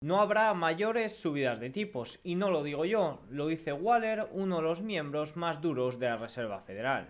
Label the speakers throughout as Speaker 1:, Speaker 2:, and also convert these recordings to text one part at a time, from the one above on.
Speaker 1: No habrá mayores subidas de tipos, y no lo digo yo, lo dice Waller, uno de los miembros más duros de la Reserva Federal.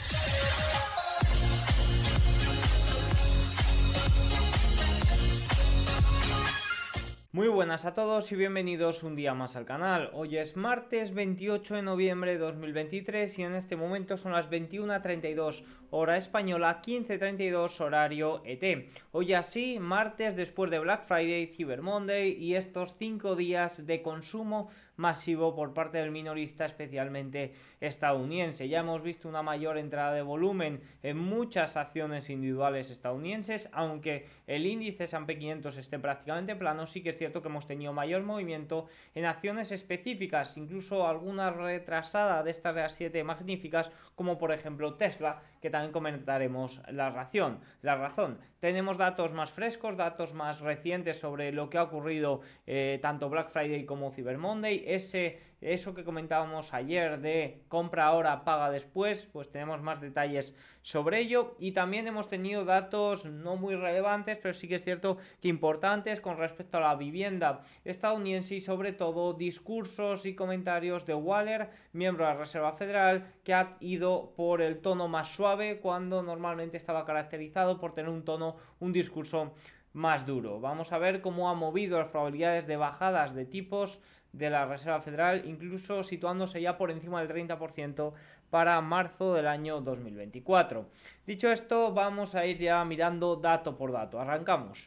Speaker 1: Muy buenas a todos y bienvenidos un día más al canal. Hoy es martes 28 de noviembre de 2023 y en este momento son las 21:32 hora española, 15:32 horario ET. Hoy así, martes después de Black Friday, Cyber Monday y estos 5 días de consumo masivo por parte del minorista, especialmente estadounidense. Ya hemos visto una mayor entrada de volumen en muchas acciones individuales estadounidenses, aunque el índice S&P 500 esté prácticamente plano. Sí que es cierto que hemos tenido mayor movimiento en acciones específicas, incluso alguna retrasada de estas de las 7 magníficas, como por ejemplo Tesla, que también comentaremos la razón. Tenemos datos más frescos, datos más recientes sobre lo que ha ocurrido tanto Black Friday como Cyber Monday. Eso que comentábamos ayer de compra ahora, paga después, pues tenemos más detalles sobre ello. Y también hemos tenido datos no muy relevantes, pero sí que es cierto que importantes con respecto a la vivienda estadounidense y sobre todo discursos y comentarios de Waller, miembro de la Reserva Federal, que ha ido por el tono más suave cuando normalmente estaba caracterizado por tener un discurso más duro. Vamos a ver cómo ha movido las probabilidades de bajadas de tipos de la Reserva Federal, incluso situándose ya por encima del 30% para marzo del año 2024. Dicho esto, vamos a ir ya mirando dato por dato. Arrancamos.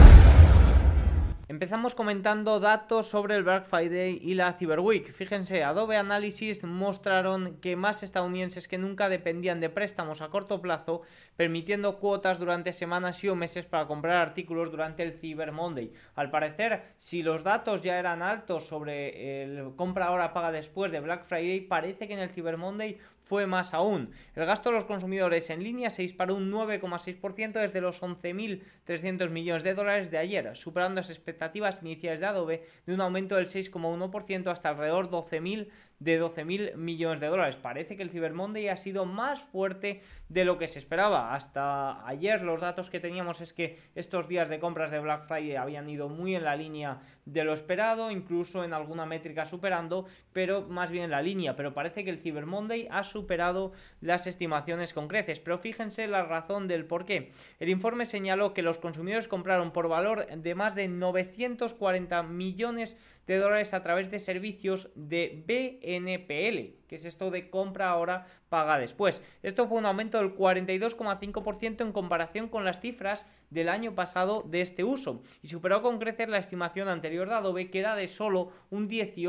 Speaker 1: Empezamos comentando datos sobre el Black Friday y la Cyber Week. Fíjense, Adobe Analysis mostraron que más estadounidenses que nunca dependían de préstamos a corto plazo, permitiendo cuotas durante semanas y o meses para comprar artículos durante el Cyber Monday. Al parecer, si los datos ya eran altos sobre el compra ahora, paga después de Black Friday, parece que en el Cyber Monday fue más aún. El gasto de los consumidores en línea se disparó un 9,6% desde los 11.300 millones de dólares de ayer, superando las expectativas iniciales de Adobe de un aumento del 6,1% hasta alrededor de 12.000 millones de dólares. Parece que el Cyber Monday ha sido más fuerte de lo que se esperaba. Hasta ayer los datos que teníamos es que estos días de compras de Black Friday habían ido muy en la línea de lo esperado, incluso en alguna métrica superando, pero más bien en la línea. Pero parece que el Cyber Monday ha superado las estimaciones con creces. Pero fíjense la razón del por qué. El informe señaló que los consumidores compraron por valor de más de 940 millones de dólares a través de servicios de BNPL, que es esto de compra ahora, paga después. Esto fue un aumento del 42,5% en comparación con las cifras del año pasado de este uso y superó con creces la estimación anterior de Adobe, que era de solo un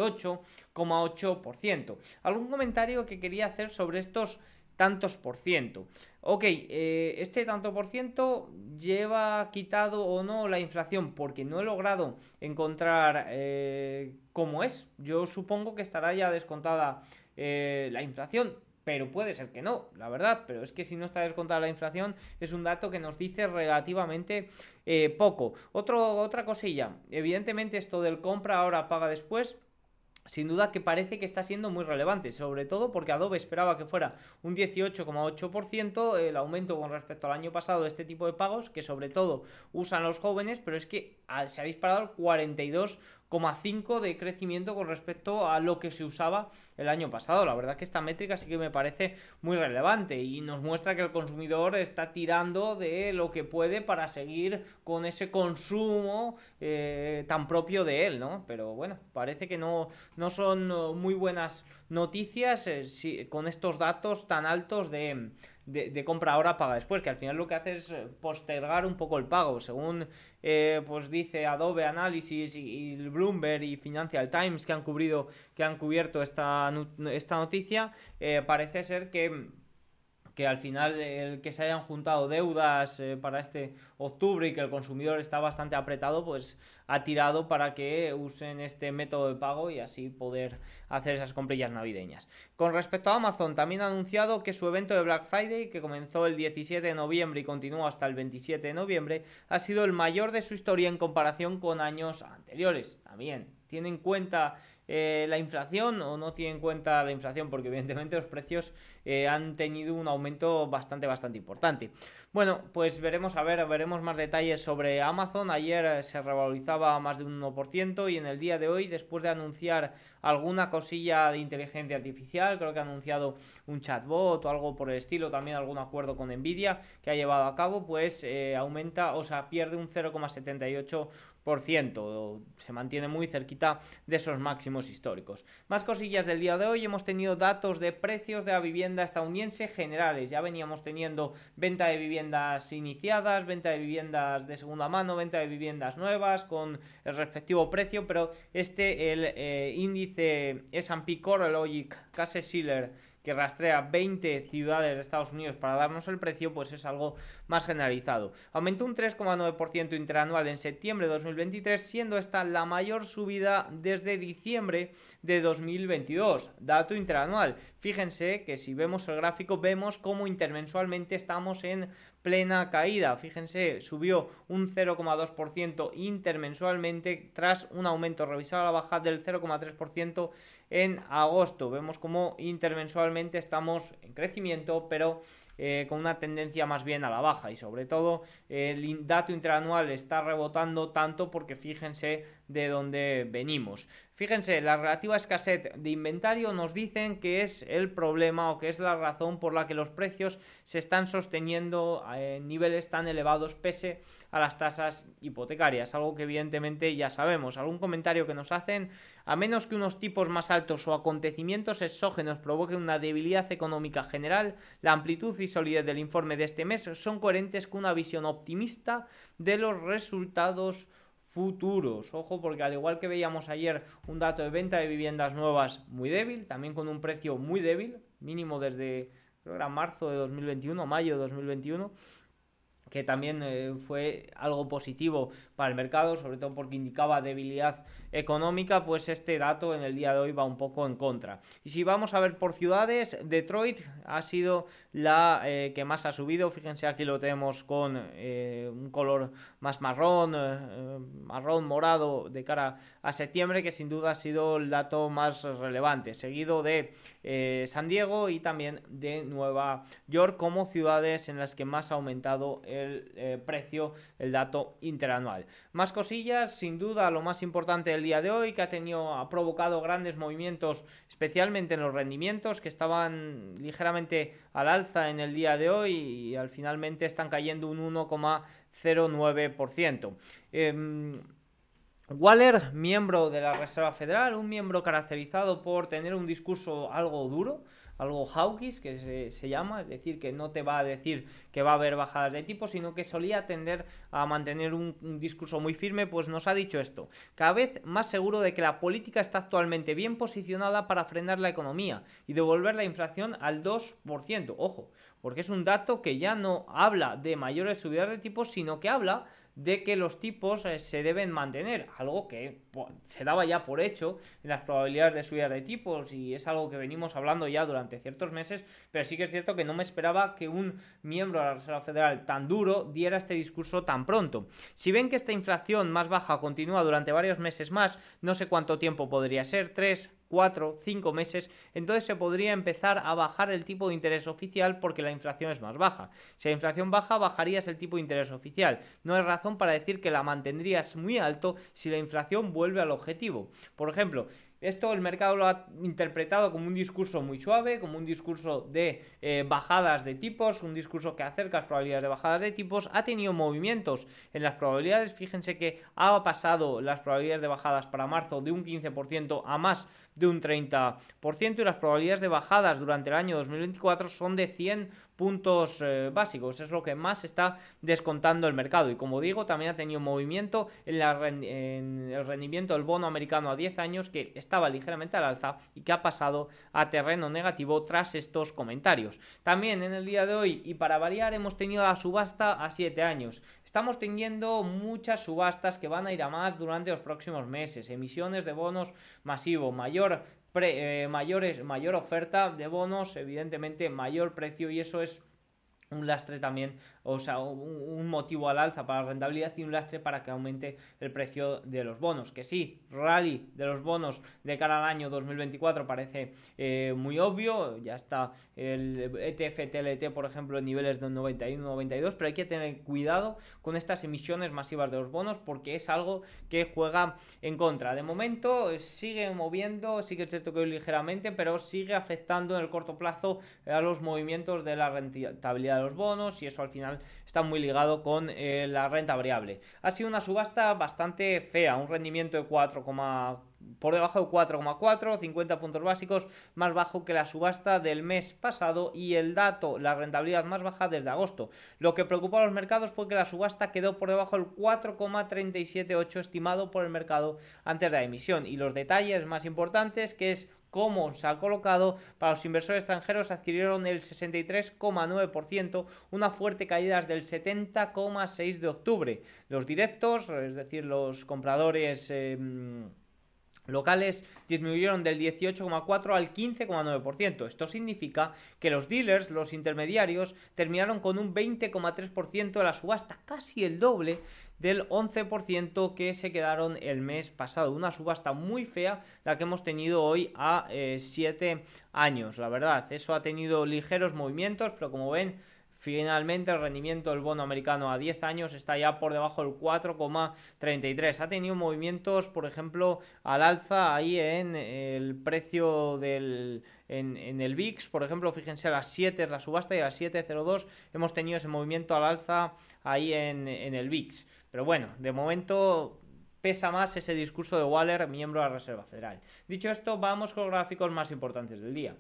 Speaker 1: 18,8%. ¿Algún comentario que quería hacer sobre estos tantos por ciento? Ok, este tanto por ciento lleva quitado o no la inflación, porque no he logrado encontrar cómo es. Yo supongo que estará ya descontada la inflación, pero puede ser que no, la verdad. Pero es que si no está descontada la inflación es un dato que nos dice relativamente poco. Otra cosilla, evidentemente esto del compra ahora, paga después, sin duda que parece que está siendo muy relevante, sobre todo porque Adobe esperaba que fuera un 18,8% el aumento con respecto al año pasado de este tipo de pagos, que sobre todo usan los jóvenes, pero es que se ha disparado el 42,5% de crecimiento con respecto a lo que se usaba el año pasado. La verdad que esta métrica sí que me parece muy relevante y nos muestra que el consumidor está tirando de lo que puede para seguir con ese consumo tan propio de él, ¿no? Pero bueno, parece que no son muy buenas noticias con estos datos tan altos de compra ahora, paga después, que al final lo que hace es postergar un poco el pago. Según pues dice Adobe Analysis y Bloomberg y Financial Times, que han cubierto esta noticia, parece ser que al final el que se hayan juntado deudas para este octubre y que el consumidor está bastante apretado, pues ha tirado para que usen este método de pago y así poder hacer esas comprillas navideñas. Con respecto a Amazon, también ha anunciado que su evento de Black Friday, que comenzó el 17 de noviembre y continuó hasta el 27 de noviembre, ha sido el mayor de su historia en comparación con años anteriores. También tiene en cuenta la inflación o no tiene en cuenta la inflación, porque evidentemente los precios han tenido un aumento bastante importante. Bueno, pues veremos más detalles sobre Amazon. Ayer se revalorizaba más de un 1% y en el día de hoy, después de anunciar alguna cosilla de inteligencia artificial, creo que ha anunciado un chatbot o algo por el estilo, también algún acuerdo con Nvidia que ha llevado a cabo, pues aumenta, o sea, pierde un 0,78%, se mantiene muy cerquita de esos máximos históricos. Más cosillas del día de hoy: hemos tenido datos de precios de la vivienda estadounidense generales. Ya veníamos teniendo venta de viviendas iniciadas, venta de viviendas de segunda mano, venta de viviendas nuevas con el respectivo precio, pero el índice S&P CoreLogic Case-Shiller, que rastrea 20 ciudades de Estados Unidos para darnos el precio, pues es algo más generalizado. Aumentó un 3,9% interanual en septiembre de 2023, siendo esta la mayor subida desde diciembre de 2022. Dato interanual. Fíjense que si vemos el gráfico, vemos cómo intermensualmente estamos en plena caída. Fíjense, subió un 0,2% intermensualmente tras un aumento revisado a la baja del 0,3% en agosto. Vemos como intermensualmente estamos en crecimiento, pero con una tendencia más bien a la baja, y sobre todo el dato interanual está rebotando tanto porque fíjense de dónde venimos. Fíjense, la relativa escasez de inventario nos dicen que es el problema o que es la razón por la que los precios se están sosteniendo en niveles tan elevados pese a las tasas hipotecarias, algo que evidentemente ya sabemos. Algún comentario que nos hacen: a menos que unos tipos más altos o acontecimientos exógenos provoquen una debilidad económica general, la amplitud y solidez del informe de este mes son coherentes con una visión optimista de los resultados futuros. Ojo, porque al igual que veíamos ayer un dato de venta de viviendas nuevas muy débil, también con un precio muy débil, mínimo desde, creo que era marzo de 2021, mayo de 2021, que también fue algo positivo para el mercado, sobre todo porque indicaba debilidad económica, pues este dato en el día de hoy va un poco en contra. Y si vamos a ver por ciudades, Detroit ha sido la que más ha subido. Fíjense, aquí lo tenemos con un color más marrón, marrón morado de cara a septiembre, que sin duda ha sido el dato más relevante, seguido de San Diego y también de Nueva York como ciudades en las que más ha aumentado el precio, el dato interanual. Más cosillas, sin duda lo más importante del día de hoy, que ha provocado grandes movimientos, especialmente en los rendimientos, que estaban ligeramente al alza en el día de hoy y finalmente están cayendo un 1,09%. Waller, miembro de la Reserva Federal, un miembro caracterizado por tener un discurso algo duro, algo hawkish, que se llama, es decir, que no te va a decir que va a haber bajadas de tipo, sino que solía tender a mantener un discurso muy firme, pues nos ha dicho esto: cada vez más seguro de que la política está actualmente bien posicionada para frenar la economía y devolver la inflación al 2%. Ojo, porque es un dato que ya no habla de mayores subidas de tipos, sino que habla de que los tipos se deben mantener, algo que se daba ya por hecho en las probabilidades de subida de tipos, y es algo que venimos hablando ya durante ciertos meses, pero sí que es cierto que no me esperaba que un miembro de la Reserva Federal tan duro diera este discurso tan pronto. Si ven que esta inflación más baja continúa durante varios meses más, no sé cuánto tiempo podría ser, 3, 4, 5 meses, entonces se podría empezar a bajar el tipo de interés oficial porque la inflación es más baja. Si la inflación baja, bajarías el tipo de interés oficial. No hay razón para decir que la mantendrías muy alto si la inflación vuelve al objetivo. Por ejemplo, esto el mercado lo ha interpretado como un discurso muy suave, como un discurso de bajadas de tipos, un discurso que acerca las probabilidades de bajadas de tipos. Ha tenido movimientos en las probabilidades. Fíjense que ha pasado las probabilidades de bajadas para marzo de un 15% a más de un 30%, y las probabilidades de bajadas durante el año 2024 son de 100 puntos básicos. Es lo que más está descontando el mercado, y como digo, también ha tenido movimiento en el rendimiento del bono americano a 10 años, que estaba ligeramente al alza y que ha pasado a terreno negativo tras estos comentarios. También en el día de hoy, y para variar, hemos tenido la subasta a 7 años. Estamos teniendo muchas subastas que van a ir a más durante los próximos meses. Emisiones de bonos masivos, mayor oferta de bonos, evidentemente mayor precio, y eso es un lastre también o sea, un motivo al alza para la rentabilidad y un lastre para que aumente el precio de los bonos. Que sí, rally de los bonos de cara al año 2024 parece muy obvio, ya está el ETF TLT, por ejemplo, en niveles de 91-92, pero hay que tener cuidado con estas emisiones masivas de los bonos porque es algo que juega en contra. De momento sigue moviendo, sí que se tocó ligeramente, pero sigue afectando en el corto plazo a los movimientos de la rentabilidad de los bonos y eso al final está muy ligado con la renta variable. Ha sido una subasta bastante fea, un rendimiento de 4, por debajo de 4,4, 50 puntos básicos, más bajo que la subasta del mes pasado y el dato, la rentabilidad más baja desde agosto. Lo que preocupó a los mercados fue que la subasta quedó por debajo del 4,378 estimado por el mercado antes de la emisión. Y los detalles más importantes, que es cómo se ha colocado, para los inversores extranjeros adquirieron el 63,9%, una fuerte caída del 70,6% de octubre. Los directos, es decir, los compradores locales disminuyeron del 18,4 al 15,9%. Esto significa que los dealers, los intermediarios, terminaron con un 20,3% de la subasta, casi el doble del 11% que se quedaron el mes pasado. Una subasta muy fea la que hemos tenido hoy a 7 años. La verdad, eso ha tenido ligeros movimientos, pero como ven, finalmente el rendimiento del bono americano a 10 años está ya por debajo del 4,33. Ha tenido movimientos, por ejemplo, al alza ahí en el precio en el VIX, por ejemplo, fíjense, a las 7 es la subasta y a las 7,02 hemos tenido ese movimiento al alza ahí en el VIX. Pero bueno, de momento pesa más ese discurso de Waller, miembro de la Reserva Federal. Dicho esto, vamos con los gráficos más importantes del día.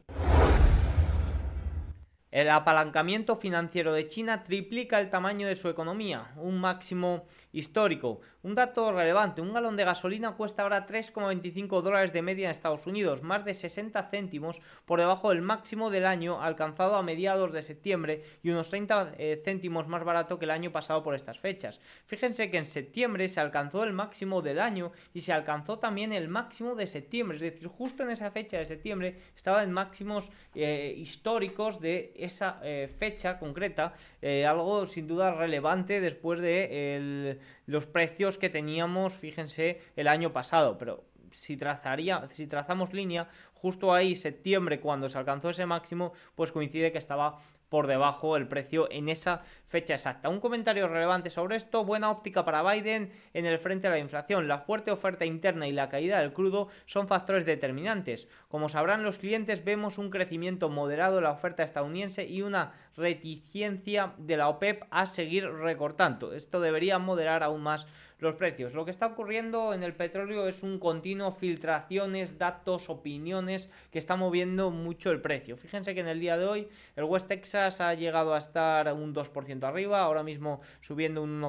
Speaker 1: El apalancamiento financiero de China triplica el tamaño de su economía, un máximo histórico. Un dato relevante, un galón de gasolina cuesta ahora $3,25 de media en Estados Unidos, más de 60 céntimos por debajo del máximo del año alcanzado a mediados de septiembre y unos 30 céntimos más barato que el año pasado por estas fechas. Fíjense que en septiembre se alcanzó el máximo del año y se alcanzó también el máximo de septiembre, es decir, justo en esa fecha de septiembre estaba en máximos históricos de esa fecha concreta, algo sin duda relevante después de los precios que teníamos, fíjense, el año pasado. Pero si trazamos línea, justo ahí, septiembre, cuando se alcanzó ese máximo, pues coincide que estaba por debajo el precio en esa fecha exacta. Un comentario relevante sobre esto: buena óptica para Biden en el frente de la inflación. La fuerte oferta interna y la caída del crudo son factores determinantes. Como sabrán los clientes, vemos un crecimiento moderado de la oferta estadounidense y una reticencia de la OPEP a seguir recortando. Esto debería moderar aún más los precios. Lo que está ocurriendo en el petróleo es un continuo filtraciones, datos, opiniones que está moviendo mucho el precio. Fíjense que en el día de hoy el West Texas ha llegado a estar un 2% arriba, ahora mismo subiendo un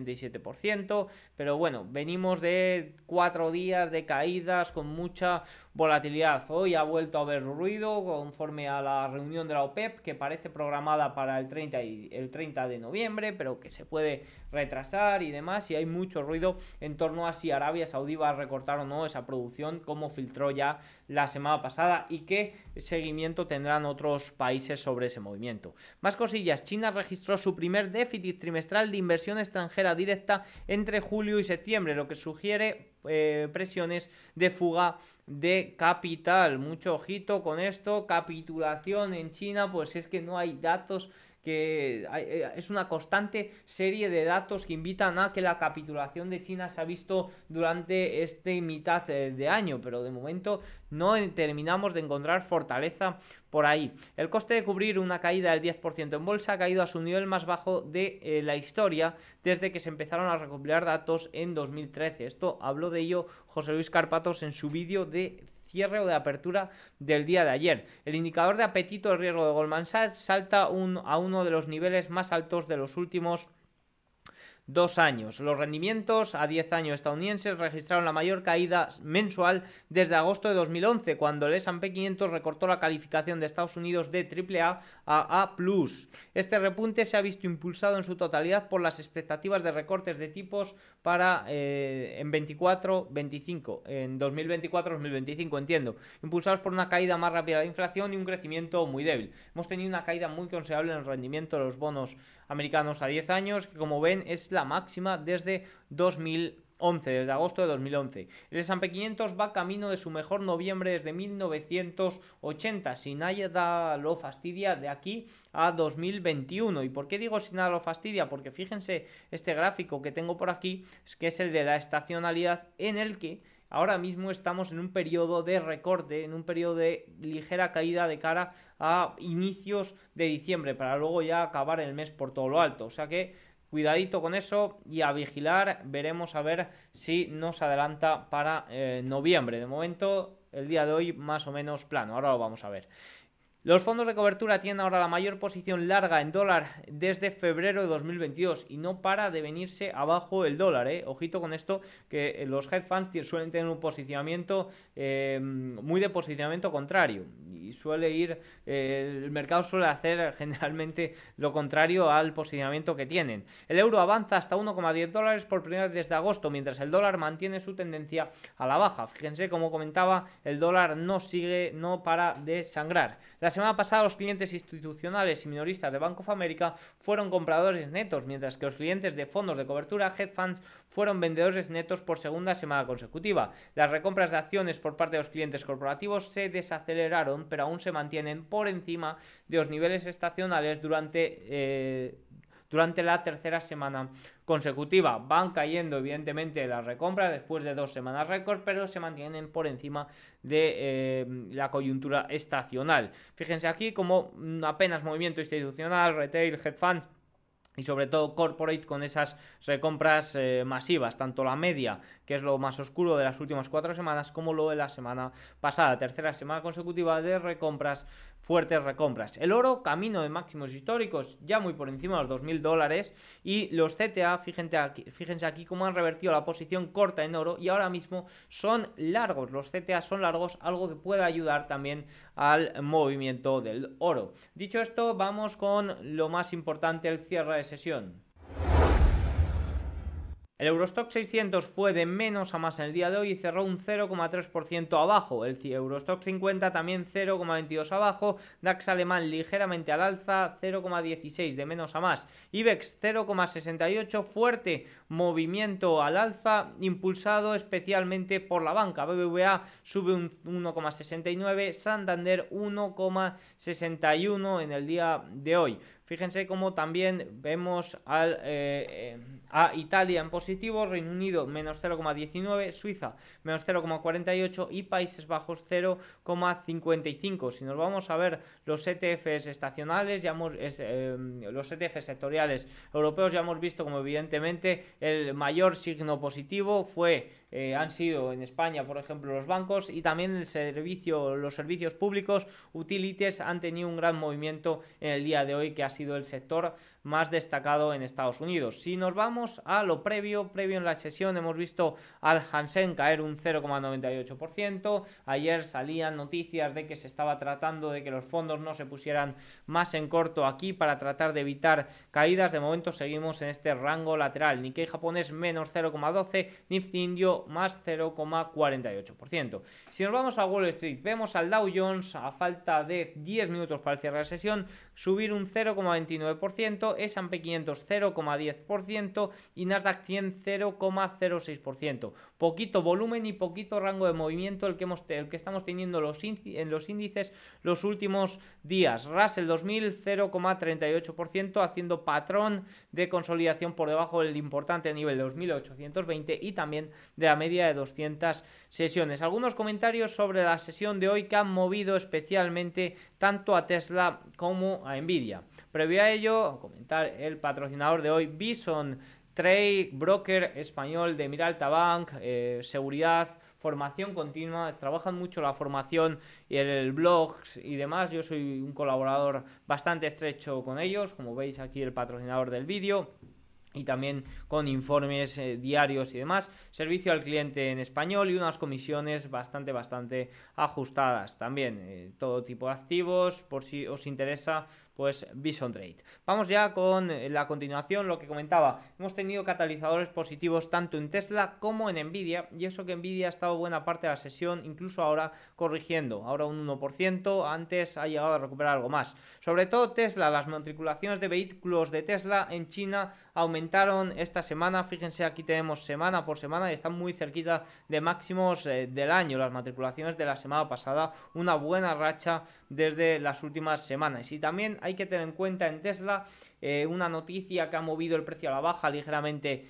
Speaker 1: 1,87%, pero bueno, venimos de 4 días de caídas con mucha volatilidad. Hoy ha vuelto a haber ruido conforme a la reunión de la OPEP, que parece programada para el 30 de noviembre, pero que se puede retrasar y demás, y hay mucho ruido en torno a si Arabia Saudí va a recortar o no esa producción, como filtró ya la semana pasada, y qué seguimiento tendrán otros países sobre ese movimiento. Más cosillas: China registró su primer déficit trimestral de inversión extranjera directa entre julio y septiembre, lo que sugiere presiones de fuga de capital. Mucho ojito con esto. Capitulación en China, pues es que no hay datos, que es una constante serie de datos que invitan a que la capitulación de China se ha visto durante este mitad de año, pero de momento no terminamos de encontrar fortaleza por ahí. El coste de cubrir una caída del 10% en bolsa ha caído a su nivel más bajo de la historia desde que se empezaron a recopilar datos en 2013. Esto habló de ello José Luis Carpatos en su vídeo de cierre o de apertura del día de ayer. El indicador de apetito del riesgo de Goldman Sachs salta a uno de los niveles más altos de los últimos 2 años. Los rendimientos a 10 años estadounidenses registraron la mayor caída mensual desde agosto de 2011, cuando el S&P 500 recortó la calificación de Estados Unidos de AAA a A+. Este repunte se ha visto impulsado en su totalidad por las expectativas de recortes de tipos para en 24-25, en 2024-2025, entiendo, impulsados por una caída más rápida de la inflación y un crecimiento muy débil. Hemos tenido una caída muy considerable en el rendimiento de los bonos americanos a 10 años, que como ven es la máxima desde 2011, desde agosto de 2011. El S&P 500 va camino de su mejor noviembre desde 1980, sin nada lo fastidia de aquí a 2021. ¿Y por qué digo sin nada lo fastidia? Porque fíjense este gráfico que tengo por aquí, que es el de la estacionalidad, en el que ahora mismo estamos en un periodo de recorte, en un periodo de ligera caída de cara a inicios de diciembre, para luego ya acabar el mes por todo lo alto. O sea que cuidadito con eso y a vigilar, veremos a ver si nos adelanta para noviembre. De momento, el día de hoy más o menos plano, ahora lo vamos a ver. Los fondos de cobertura tienen ahora la mayor posición larga en dólar desde febrero de 2022 y no para de venirse abajo el dólar, Ojito con esto, que los hedge funds suelen tener un posicionamiento muy de posicionamiento contrario y suele ir, el mercado suele hacer generalmente lo contrario al posicionamiento que tienen. El euro avanza hasta 1,10 dólares por primera vez desde agosto, mientras el dólar mantiene su tendencia a la baja. Fíjense, como comentaba, el dólar no para de sangrar. La semana pasada los clientes institucionales y minoristas de Bank of America fueron compradores netos, mientras que los clientes de fondos de cobertura, hedge funds, fueron vendedores netos por segunda semana consecutiva. Las recompras de acciones por parte de los clientes corporativos se desaceleraron, pero aún se mantienen por encima de los niveles estacionales durante la tercera semana consecutiva. Van cayendo evidentemente las recompras después de 2 semanas récord, pero se mantienen por encima de la coyuntura estacional. Fíjense aquí como apenas movimiento institucional, retail, hedge funds y sobre todo corporate con esas recompras masivas, tanto la media, que es lo más oscuro de las últimas 4 semanas, como lo de la semana pasada, tercera semana consecutiva de recompras, fuertes recompras. El oro, camino de máximos históricos, ya muy por encima de los $2.000, y los CTA, fíjense aquí cómo han revertido la posición corta en oro y ahora mismo son largos, los CTA son largos, algo que puede ayudar también al movimiento del oro. Dicho esto, vamos con lo más importante, el cierre de sesión. El Eurostoxx 600 fue de menos a más en el día de hoy y cerró un 0,3% abajo. El Eurostoxx 50 también 0,22 abajo. DAX alemán ligeramente al alza, 0,16 de menos a más. IBEX 0,68, fuerte movimiento al alza, impulsado especialmente por la banca. BBVA sube un 1,69, Santander 1,61 en el día de hoy. Fíjense cómo también vemos a Italia en positivo, Reino Unido menos 0,19, Suiza menos 0,48 y Países Bajos 0,55. Si nos vamos a ver los ETFs estacionales, los ETFs sectoriales europeos, ya hemos visto como evidentemente el mayor signo positivo han sido en España, por ejemplo, los bancos, y también los servicios públicos, utilities, han tenido un gran movimiento en el día de hoy, que ha sido el sector más destacado en Estados Unidos. Si nos vamos a lo previo en la sesión, hemos visto al Hansen caer un 0,98%. Ayer salían noticias de que se estaba tratando de que los fondos no se pusieran más en corto aquí para tratar de evitar caídas. De momento seguimos en este rango lateral. Nikkei japonés menos 0,12, Nifty indio más 0,48%. Si nos vamos a Wall Street, vemos al Dow Jones, a falta de 10 minutos para el cierre de la sesión, subir un 0,29%, S&P 500 0,10% y Nasdaq 100 0,06%. Poquito volumen y poquito rango de movimiento el que estamos teniendo en los índices los últimos días. Russell 2000 0,38%, haciendo patrón de consolidación por debajo del importante nivel de 2820 y también de la media de 200 sesiones. Algunos comentarios sobre la sesión de hoy que han movido especialmente tanto a Tesla como a Nvidia. Previo a ello, comentar el patrocinador de hoy, Bison Trade, broker español de Miralta Bank, seguridad, formación continua, trabajan mucho la formación y el blog y demás. Yo soy un colaborador bastante estrecho con ellos, como veis aquí el patrocinador del vídeo. y también con informes diarios y demás, servicio al cliente en español y unas comisiones bastante ajustadas. También todo tipo de activos, por si os interesa, pues Bison Trade. Vamos ya con la continuación, lo que comentaba. Hemos tenido catalizadores positivos tanto en Tesla como en Nvidia, y eso que Nvidia ha estado buena parte de la sesión, incluso ahora corrigiendo, ahora un 1%, antes ha llegado a recuperar algo más. Sobre todo Tesla, las matriculaciones de vehículos de Tesla en China aumentaron esta semana. Fíjense, aquí tenemos semana por semana y están muy cerquita de máximos del año. Las matriculaciones de la semana pasada, una buena racha desde las últimas semanas. Y también hay que tener en cuenta en Tesla una noticia que ha movido el precio a la baja ligeramente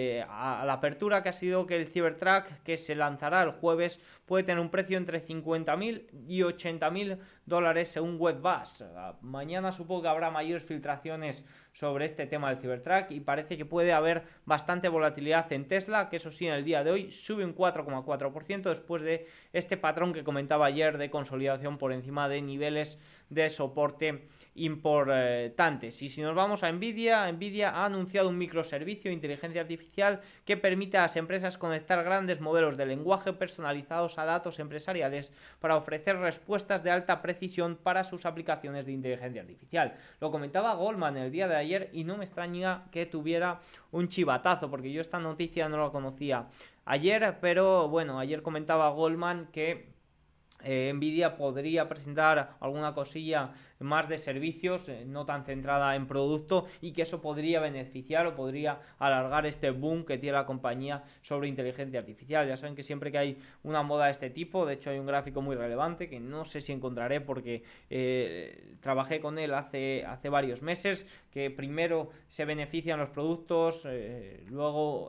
Speaker 1: a la apertura, que ha sido que el Cybertruck, que se lanzará el jueves, puede tener un precio entre 50.000 y 80.000 dólares según Webbuzz. Mañana supongo que habrá mayores filtraciones sobre este tema del Cybertruck y parece que puede haber bastante volatilidad en Tesla, que eso sí, en el día de hoy sube un 4,4% después de este patrón que comentaba ayer de consolidación por encima de niveles de soporte importantes. Y si nos vamos a Nvidia ha anunciado un microservicio de inteligencia artificial que permite a las empresas conectar grandes modelos de lenguaje personalizados a datos empresariales para ofrecer respuestas de alta precisión para sus aplicaciones de inteligencia artificial. Lo comentaba Goldman el día de ayer y no me extraña que tuviera un chivatazo, porque yo esta noticia no la conocía ayer, pero bueno, ayer comentaba Goldman que Nvidia podría presentar alguna cosilla más de servicios, no tan centrada en producto, y que eso podría beneficiar o podría alargar este boom que tiene la compañía sobre inteligencia artificial. Ya saben que siempre que hay una moda de este tipo, de hecho hay un gráfico muy relevante que no sé si encontraré porque trabajé con él hace varios meses, que primero se benefician los productos, luego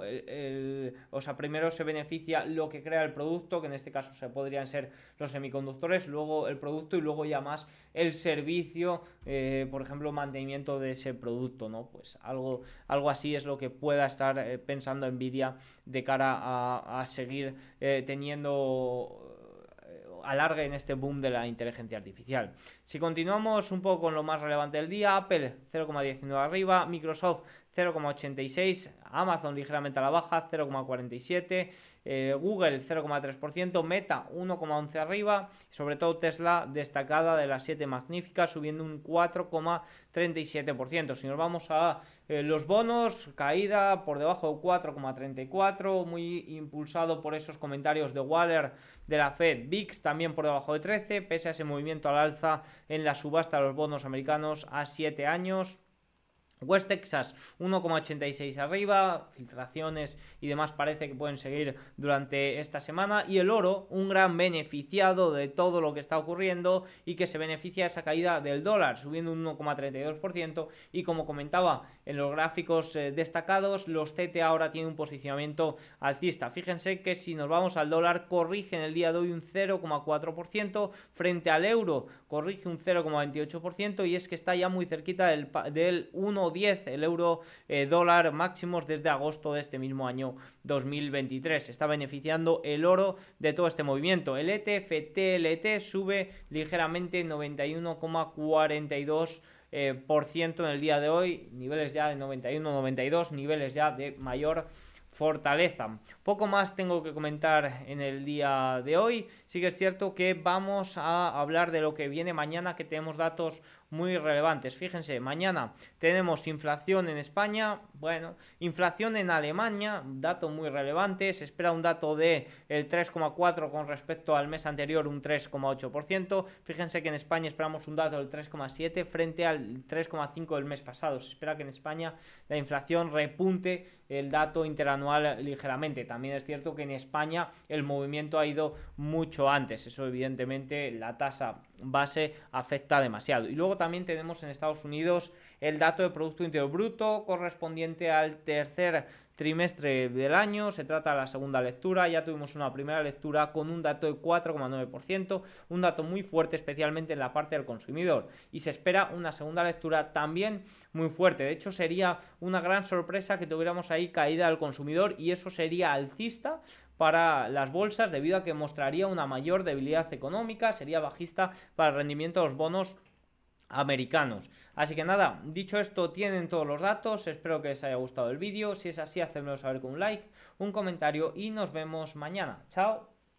Speaker 1: primero se beneficia lo que crea el producto, que en este caso podrían ser los semiconductores, luego el producto y luego ya más el servicio, por ejemplo, mantenimiento de ese producto, ¿no? Pues algo así es lo que pueda estar pensando Nvidia de cara a seguir teniendo alargue en este boom de la inteligencia artificial. Si continuamos un poco con lo más relevante del día, Apple 0,19 arriba, Microsoft 0,86, Amazon ligeramente a la baja 0,47, Google 0,3%, Meta 1,11 arriba, sobre todo Tesla destacada de las 7 magníficas subiendo un 4,37%. Si nos vamos a los bonos, caída por debajo de 4,34, muy impulsado por esos comentarios de Waller de la Fed. VIX también por debajo de 13, pese a ese movimiento al alza en la subasta de los bonos americanos a 7 años. West Texas 1,86 arriba, filtraciones y demás parece que pueden seguir durante esta semana, y el oro, un gran beneficiado de todo lo que está ocurriendo y que se beneficia de esa caída del dólar, subiendo un 1,32%, y como comentaba en los gráficos destacados, los CTA ahora tienen un posicionamiento alcista. Fíjense que si nos vamos al dólar, corrige en el día de hoy un 0,4%, frente al euro corrige un 0,28%, y es que está ya muy cerquita del 1,10 el euro dólar máximos desde agosto de este mismo año 2023. Está beneficiando el oro de todo este movimiento. El ETF TLT sube ligeramente 91,42% en el día de hoy, niveles ya de 91-92, niveles ya de mayor fortaleza. Poco más tengo que comentar en el día de hoy. Sí que es cierto que vamos a hablar de lo que viene mañana, que tenemos datos muy relevantes. Fíjense, mañana tenemos inflación en España, bueno, inflación en Alemania, dato muy relevante, se espera un dato de el 3,4 con respecto al mes anterior, un 3,8%. Fíjense que en España esperamos un dato del 3,7 frente al 3,5 del mes pasado. Se espera que en España la inflación repunte el dato interanual ligeramente. También es cierto que en España el movimiento ha ido mucho antes, eso evidentemente la tasa base afecta demasiado. Y luego también tenemos en Estados Unidos el dato de Producto Interior Bruto correspondiente al tercer trimestre del año. Se trata de la segunda lectura, ya tuvimos una primera lectura con un dato de 4,9%, un dato muy fuerte especialmente en la parte del consumidor, y se espera una segunda lectura también muy fuerte. De hecho, sería una gran sorpresa que tuviéramos ahí caída del consumidor, y eso sería alcista para las bolsas debido a que mostraría una mayor debilidad económica, sería bajista para el rendimiento de los bonos americanos. Así que nada, dicho esto, tienen todos los datos, espero que les haya gustado el vídeo, si es así, hacedmelo saber con un like, un comentario y nos vemos mañana. Chao.